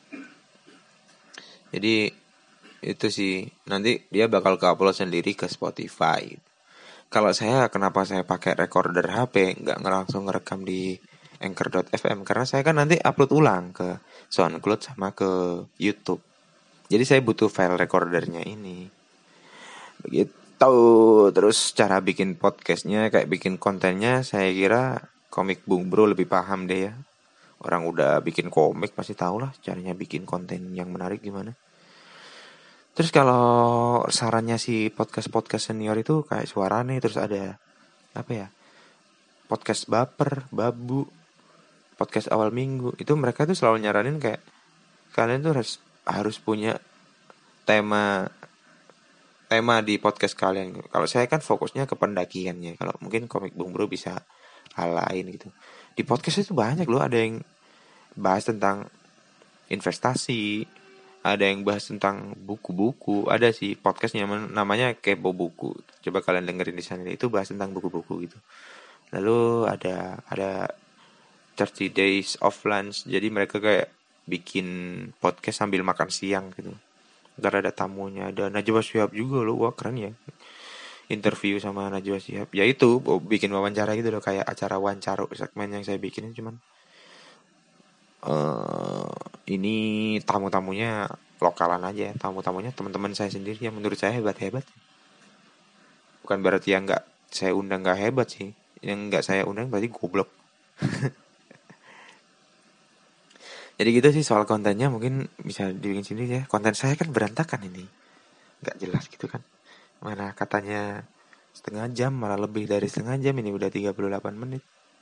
Speaker 1: Jadi itu sih. Nanti dia bakal ke-upload sendiri ke Spotify. Kalau saya, kenapa saya pakai recorder H P, nggak langsung ngerekam di anchor dot f m. Karena saya kan nanti upload ulang ke SoundCloud sama ke YouTube. Jadi saya butuh file recordernya ini. Begitu. Terus cara bikin podcastnya, kayak bikin kontennya, saya kira Komik Bung Bro lebih paham deh ya. Orang udah bikin komik pasti tahu lah caranya bikin konten yang menarik gimana. Terus kalau sarannya si podcast-podcast senior itu kayak suara nih, terus ada apa ya, podcast baper, babu, podcast awal minggu. Itu mereka tuh selalu nyaranin kayak kalian tuh harus harus punya tema tema di podcast kalian. Kalau saya kan fokusnya ke pendakiannya. Kalau mungkin Komik Bung Bro bisa hal lain gitu. Di podcast itu banyak loh, ada yang bahas tentang investasi, ada yang bahas tentang buku-buku. Ada sih podcastnya namanya Kepo Buku. Coba kalian dengerin di sana, itu bahas tentang buku-buku gitu. Lalu ada ada thirty days of lunch. Jadi mereka kayak bikin podcast sambil makan siang gitu. Ntar ada tamunya, ada Najwa Shihab juga loh, wah keren ya. Interview sama Najwa Shihab. Ya itu, bikin wawancara gitu loh, kayak acara wawancara segmen yang saya bikin cuman uh, ini tamu-tamunya lokalan aja, tamu-tamunya teman-teman saya sendiri yang menurut saya hebat-hebat. Bukan berarti yang nggak saya undang nggak hebat sih, yang nggak saya undang berarti goblok. Jadi gitu sih soal kontennya, mungkin bisa dibikin sendiri ya. Konten saya kan berantakan ini, nggak jelas gitu kan. Mana katanya setengah jam, malah lebih dari setengah jam, ini udah tiga puluh delapan menit.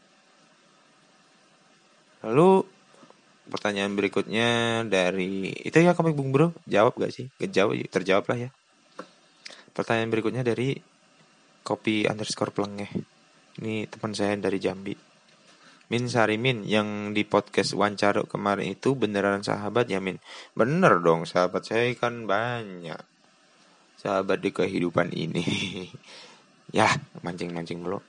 Speaker 1: Lalu pertanyaan berikutnya dari itu ya Komik Bung Bro, jawab gak sih? Kejawab, terjawab lah ya. Pertanyaan berikutnya dari Kopi underscore Plengeh. Ini teman saya dari Jambi. Min Sarimin, yang di podcast Wancaro kemarin itu beneran sahabat ya Min? Bener dong, sahabat saya kan banyak. Sahabat di kehidupan ini. Ya, mancing-mancing dulu.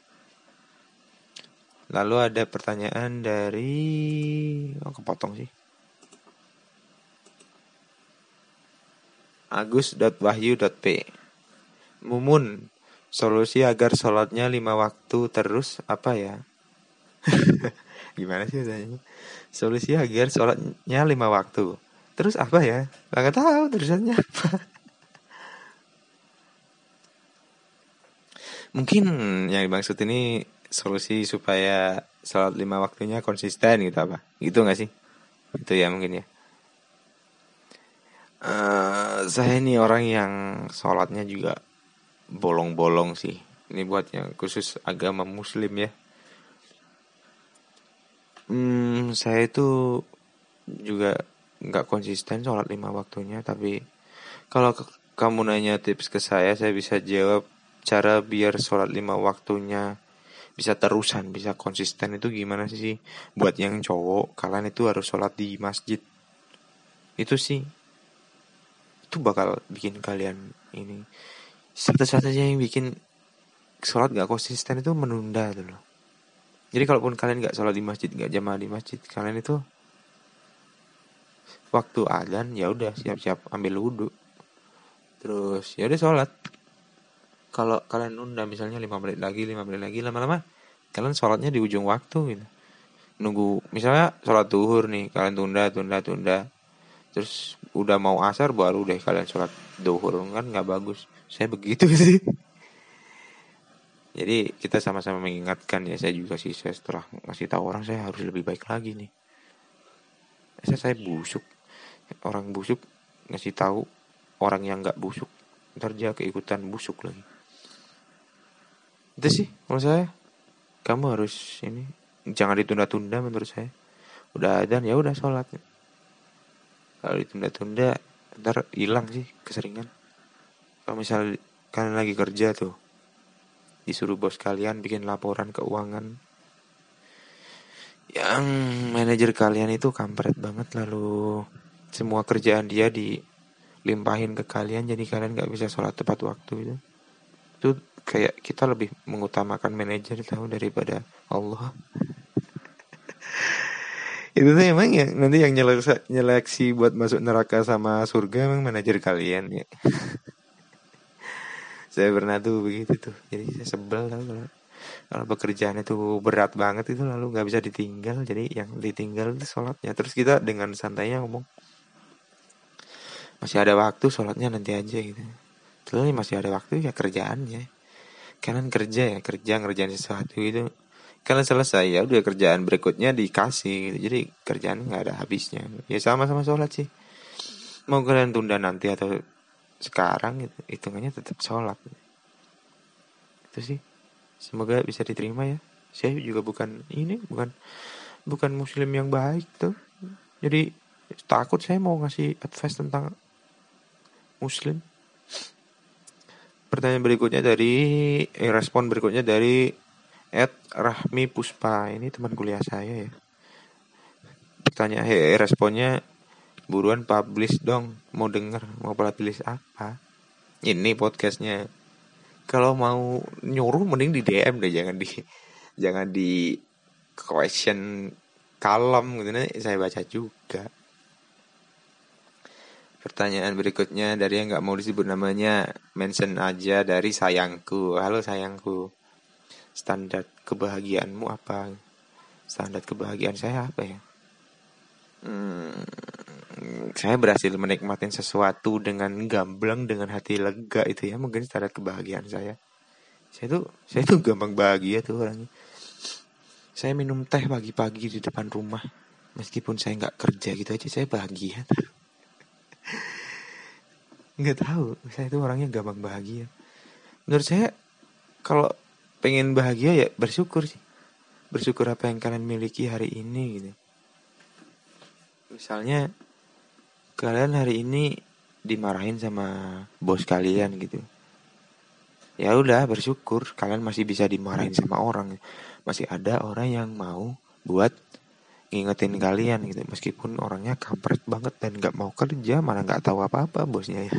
Speaker 1: Lalu ada pertanyaan dari oh kepotong sih. agus.wahyu.p. Mumun, solusi agar sholatnya lima waktu terus apa ya? Gimana sih tanya? Solusi agar sholatnya lima waktu terus apa ya? Nggak tahu tulisannya apa. Mungkin yang dimaksud ini solusi supaya sholat lima waktunya konsisten gitu apa? Gitu nggak sih? Itu ya mungkin ya. Uh, saya ini orang yang sholatnya juga bolong-bolong sih. Ini buat yang khusus agama Muslim ya. Hmm, saya itu juga nggak konsisten sholat lima waktunya, tapi kalau ke, kamu nanya tips ke saya, saya bisa jawab cara biar sholat lima waktunya bisa terusan, bisa konsisten itu gimana sih? Buat yang cowok, kalian itu harus sholat di masjid. Itu sih, itu bakal bikin kalian ini. Satu-satunya yang bikin sholat gak konsisten itu menunda tuh loh. Jadi kalaupun kalian gak sholat di masjid, gak jamaah di masjid, kalian itu waktu adzan ya udah siap-siap ambil wudhu, terus ya udah sholat. Kalau kalian nunda misalnya lima menit lagi, lima menit lagi, lama-lama kalian sholatnya di ujung waktu gitu. Nunggu misalnya sholat duhur nih, kalian tunda, tunda, tunda. Terus udah mau asar baru deh kalian sholat duhur, kan gak bagus. Saya begitu sih. Jadi kita sama-sama mengingatkan ya, saya juga sih, saya setelah ngasih tahu orang saya harus lebih baik lagi nih. Saya saya busuk, orang busuk ngasih tahu orang yang nggak busuk, ntar dia keikutan busuk lagi. Itu sih menurut saya, kamu harus ini, jangan ditunda-tunda menurut saya. Udah adzan ya udah sholat. Kalau ditunda-tunda ntar hilang sih keseringan. Kalau misal kalian lagi kerja tuh, disuruh bos kalian bikin laporan keuangan, yang manajer kalian itu kampret banget, lalu semua kerjaan dia dilimpahin ke kalian, jadi kalian nggak bisa sholat tepat waktu itu. Itu kayak kita lebih mengutamakan manajer tahu daripada Allah. Itu tuh emang ya nanti yang nyeleksi, nyeleksi buat masuk neraka sama surga emang manajer kalian ya. Saya pernah tuh begitu tuh, jadi saya sebel tau kalau kalau pekerjaan itu berat banget itu lalu nggak bisa ditinggal, jadi yang ditinggal itu sholatnya. Terus kita dengan santainya ngomong masih ada waktu, sholatnya nanti aja gitu. Terus masih ada waktu ya kerjaannya, kalian kerja ya kerja ngerjain sesuatu itu, kalian selesai ya udah kerjaan berikutnya dikasih gitu. Jadi kerjaan nggak ada habisnya. Ya sama-sama sholat sih, mau kalian tunda nanti atau sekarang gitu, hitungannya tetap sholat. Itu sih, semoga bisa diterima ya. Saya juga bukan ini, bukan bukan muslim yang baik tuh. Jadi takut saya mau ngasih advice tentang muslim. Pertanyaan berikutnya dari eh, respon berikutnya dari Ed Rahmi Puspa. Ini teman kuliah saya ya. Pertanyaan eh, responnya, buruan publish dong, mau denger, mau publish apa? Ini podcastnya. Kalau mau nyuruh mending di D M deh, jangan di jangan di question kolom gitu, nanti saya baca juga. Pertanyaan berikutnya dari yang nggak mau disebut namanya, mention aja, dari sayangku. Halo sayangku, standar kebahagiaanmu apa? Standar kebahagiaan saya apa ya? Hmm, saya berhasil menikmatin sesuatu dengan gamblang, dengan hati lega, itu ya mungkin standar kebahagiaan saya. Saya tuh saya tuh gampang bahagia tuh orangnya. Saya minum teh pagi-pagi di depan rumah, meskipun saya nggak kerja gitu aja saya bahagia. Nggak tahu, saya tuh orangnya gampang bahagia. Menurut saya kalau pengen bahagia ya bersyukur sih, bersyukur apa yang kalian miliki hari ini gitu. Misalnya kalian hari ini dimarahin sama bos kalian gitu, ya udah bersyukur kalian masih bisa dimarahin sama orang, masih ada orang yang mau buat ngingetin kalian gitu, meskipun orangnya kampret banget dan nggak mau kerja, malah nggak tahu apa-apa bosnya ya.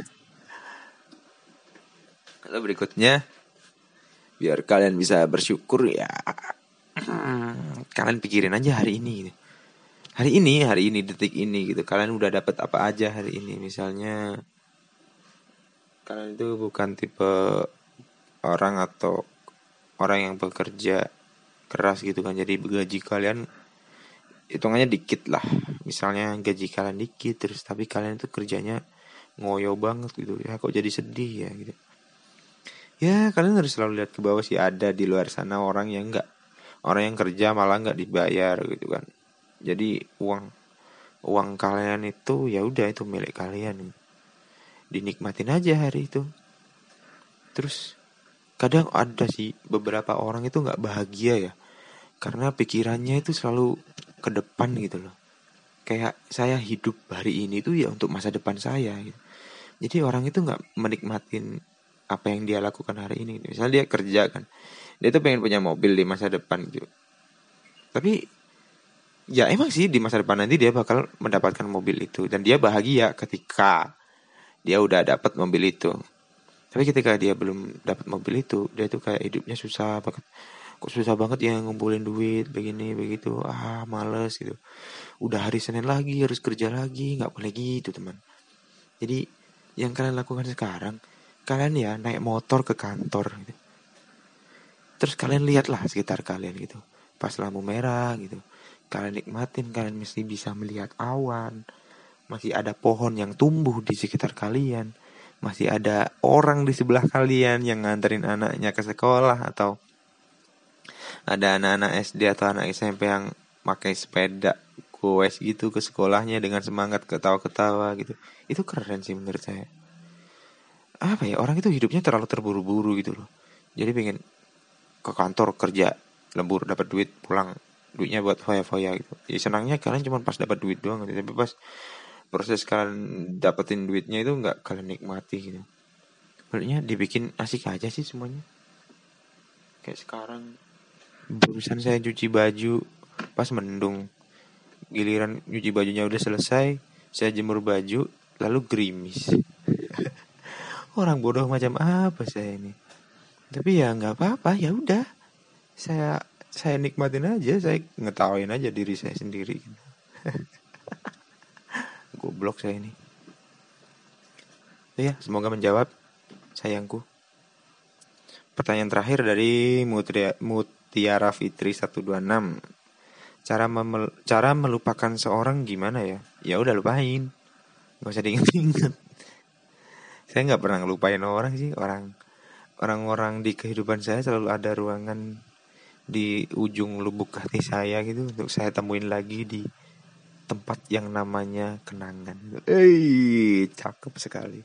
Speaker 1: Lalu berikutnya, biar kalian bisa bersyukur ya, kalian pikirin aja hari ini gitu. Hari ini, hari ini, detik ini gitu, kalian udah dapat apa aja hari ini. Misalnya kalian itu bukan tipe orang atau orang yang bekerja keras gitu kan, jadi gaji kalian hitungannya dikit lah. Misalnya gaji kalian dikit, terus tapi kalian itu kerjanya ngoyo banget gitu ya, kok jadi sedih ya gitu. Ya kalian harus selalu lihat ke bawah sih, ada di luar sana orang yang nggak, orang yang kerja malah nggak dibayar gitu kan. Jadi uang uang kalian itu ya udah, itu milik kalian, dinikmatin aja hari itu. Terus kadang ada sih beberapa orang itu nggak bahagia ya, karena pikirannya itu selalu ke depan gitu loh. Kayak saya hidup hari ini tuh ya untuk masa depan saya gitu. Jadi orang itu nggak menikmatin apa yang dia lakukan hari ini gitu. Misalnya dia kerja kan, dia tuh pengen punya mobil di masa depan gitu. Tapi ya emang sih di masa depan nanti dia bakal mendapatkan mobil itu, dan dia bahagia ketika dia udah dapat mobil itu. Tapi ketika dia belum dapat mobil itu, dia tuh kayak hidupnya susah banget. Kok susah banget ya ngumpulin duit begini begitu, ah males gitu. Udah hari Senin lagi harus kerja lagi, nggak boleh gitu teman. Jadi yang kalian lakukan sekarang, kalian ya naik motor ke kantor gitu. Terus kalian lihatlah sekitar kalian gitu. Pas lampu merah gitu, kalian nikmatin, kalian mesti bisa melihat awan. Masih ada pohon yang tumbuh di sekitar kalian. Masih ada orang di sebelah kalian yang nganterin anaknya ke sekolah, atau ada anak-anak S D atau anak S M P yang pakai sepeda goes gitu ke sekolahnya dengan semangat ketawa-ketawa gitu. Itu keren sih menurut saya. Apa ya, orang itu hidupnya terlalu terburu-buru gitu loh. Jadi pengen ke kantor kerja, lembur dapat duit, pulang duitnya buat foya-foya gitu. Jadi senangnya kalian cuma pas dapat duit doang gitu. Tapi pas proses kalian dapetin duitnya itu nggak kalian nikmati gitu. Menurutnya dibikin asik aja sih semuanya. Kayak sekarang barusan saya cuci baju pas mendung, giliran nyuci bajunya udah selesai, saya jemur baju lalu gerimis. Orang bodoh macam apa saya ini? Tapi ya nggak apa-apa, ya udah. Saya saya nikmatin aja, saya ngetawain aja diri saya sendiri. Goblok saya ini. Ya, semoga menjawab sayangku. Pertanyaan terakhir dari Mutiara, Mutiara Fitri seratus dua puluh enam. Cara memel, cara melupakan seorang gimana ya? Ya udah lupain. Gak usah diingat-ingat. Saya nggak pernah ngelupain orang sih. Orang orang-orang di kehidupan saya selalu ada ruangan di ujung lubuk hati saya gitu untuk saya temuin lagi di tempat yang namanya kenangan. Eh, cakep sekali.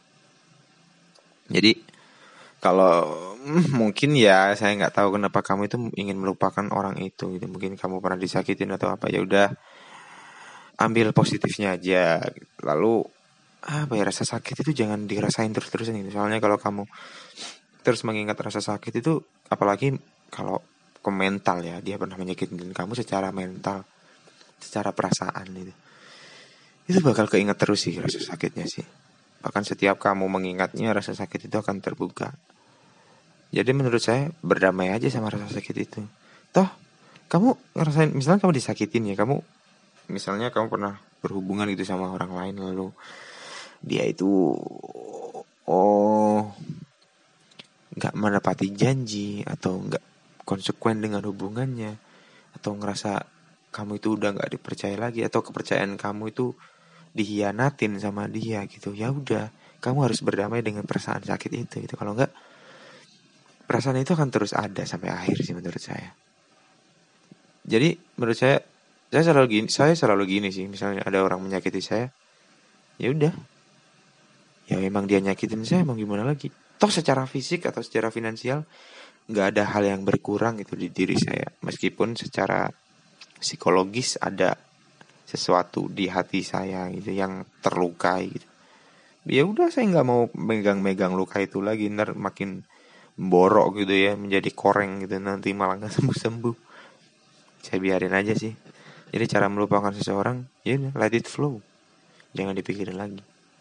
Speaker 1: Jadi kalau hmm, mungkin ya saya nggak tahu kenapa kamu itu ingin melupakan orang itu gitu. Mungkin kamu pernah disakitin atau apa, ya udah ambil positifnya aja. Lalu apa ya, rasa sakit itu jangan dirasain terus-terusan gitu. Soalnya kalau kamu terus mengingat rasa sakit itu, apalagi kalau ke mental ya, dia pernah menyakitin kamu secara mental, secara perasaan gitu. Itu bakal keinget terus sih rasa sakitnya sih. Bahkan setiap kamu mengingatnya, rasa sakit itu akan terbuka. Jadi menurut saya berdamai aja sama rasa sakit itu. Toh kamu ngerasain, misalnya kamu disakitin ya, kamu misalnya kamu pernah berhubungan gitu sama orang lain, lalu dia itu oh nggak menepati janji atau nggak konsekuen dengan hubungannya, atau ngerasa kamu itu udah nggak dipercaya lagi, atau kepercayaan kamu itu dihianatin sama dia gitu. Ya udah, kamu harus berdamai dengan perasaan sakit itu gitu. Kalau nggak, perasaan itu akan terus ada sampai akhir sih menurut saya. Jadi menurut saya, saya selalu gini, saya selalu gini sih. Misalnya ada orang menyakiti saya, ya udah, ya memang dia nyakitin saya, mau gimana lagi? Toh secara fisik atau secara finansial nggak ada hal yang berkurang gitu di diri saya. Meskipun secara psikologis ada sesuatu di hati saya gitu yang terlukai gitu. Ya udah, saya nggak mau megang-megang luka itu lagi, ntar makin borok gitu ya, menjadi koreng gitu, nanti malah nggak sembuh-sembuh. Saya biarin aja sih. Jadi cara melupakan seseorang, ya let it flow, jangan dipikirin lagi.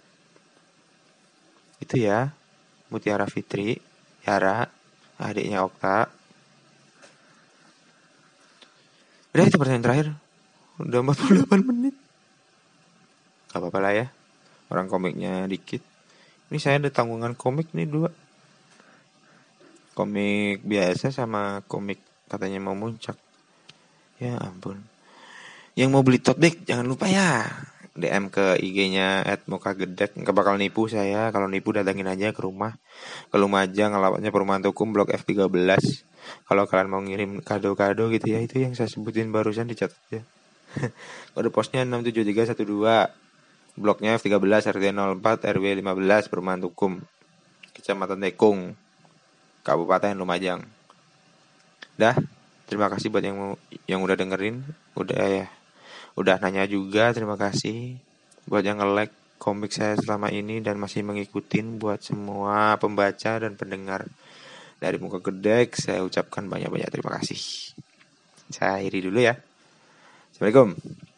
Speaker 1: Itu ya, Mutiara Fitri, Yara, adiknya Okta. Udah, itu pertanyaan terakhir. Udah empat puluh delapan menit. Gak apa-apa lah ya, orang komiknya dikit. Ini saya ada tanggungan komik nih dua. Komik biasa sama komik katanya mau muncak. Ya ampun. Yang mau beli tote bag jangan lupa ya D M ke I G-nya et muka gedek. Gak bakal nipu saya. Kalau nipu datangin aja ke rumah, ke Lumajang, alamatnya Perumahan Tukum Blok F tiga belas. Kalau kalian mau ngirim kado-kado gitu ya, itu yang saya sebutin barusan dicatat ya. Kode posnya enam tujuh tiga satu dua, bloknya F tiga belas, R T nol empat, R W lima belas, Perumahan Tukum, Kecamatan Tekung, Kabupaten Lumajang. Dah, terima kasih buat yang mau, yang udah dengerin, udah ya, udah nanya juga, terima kasih. Buat yang nge-like, komik saya selama ini dan masih mengikutin. Buat semua pembaca dan pendengar dari Muka Gedek, saya ucapkan banyak-banyak terima kasih. Saya akhiri dulu ya. Assalamualaikum.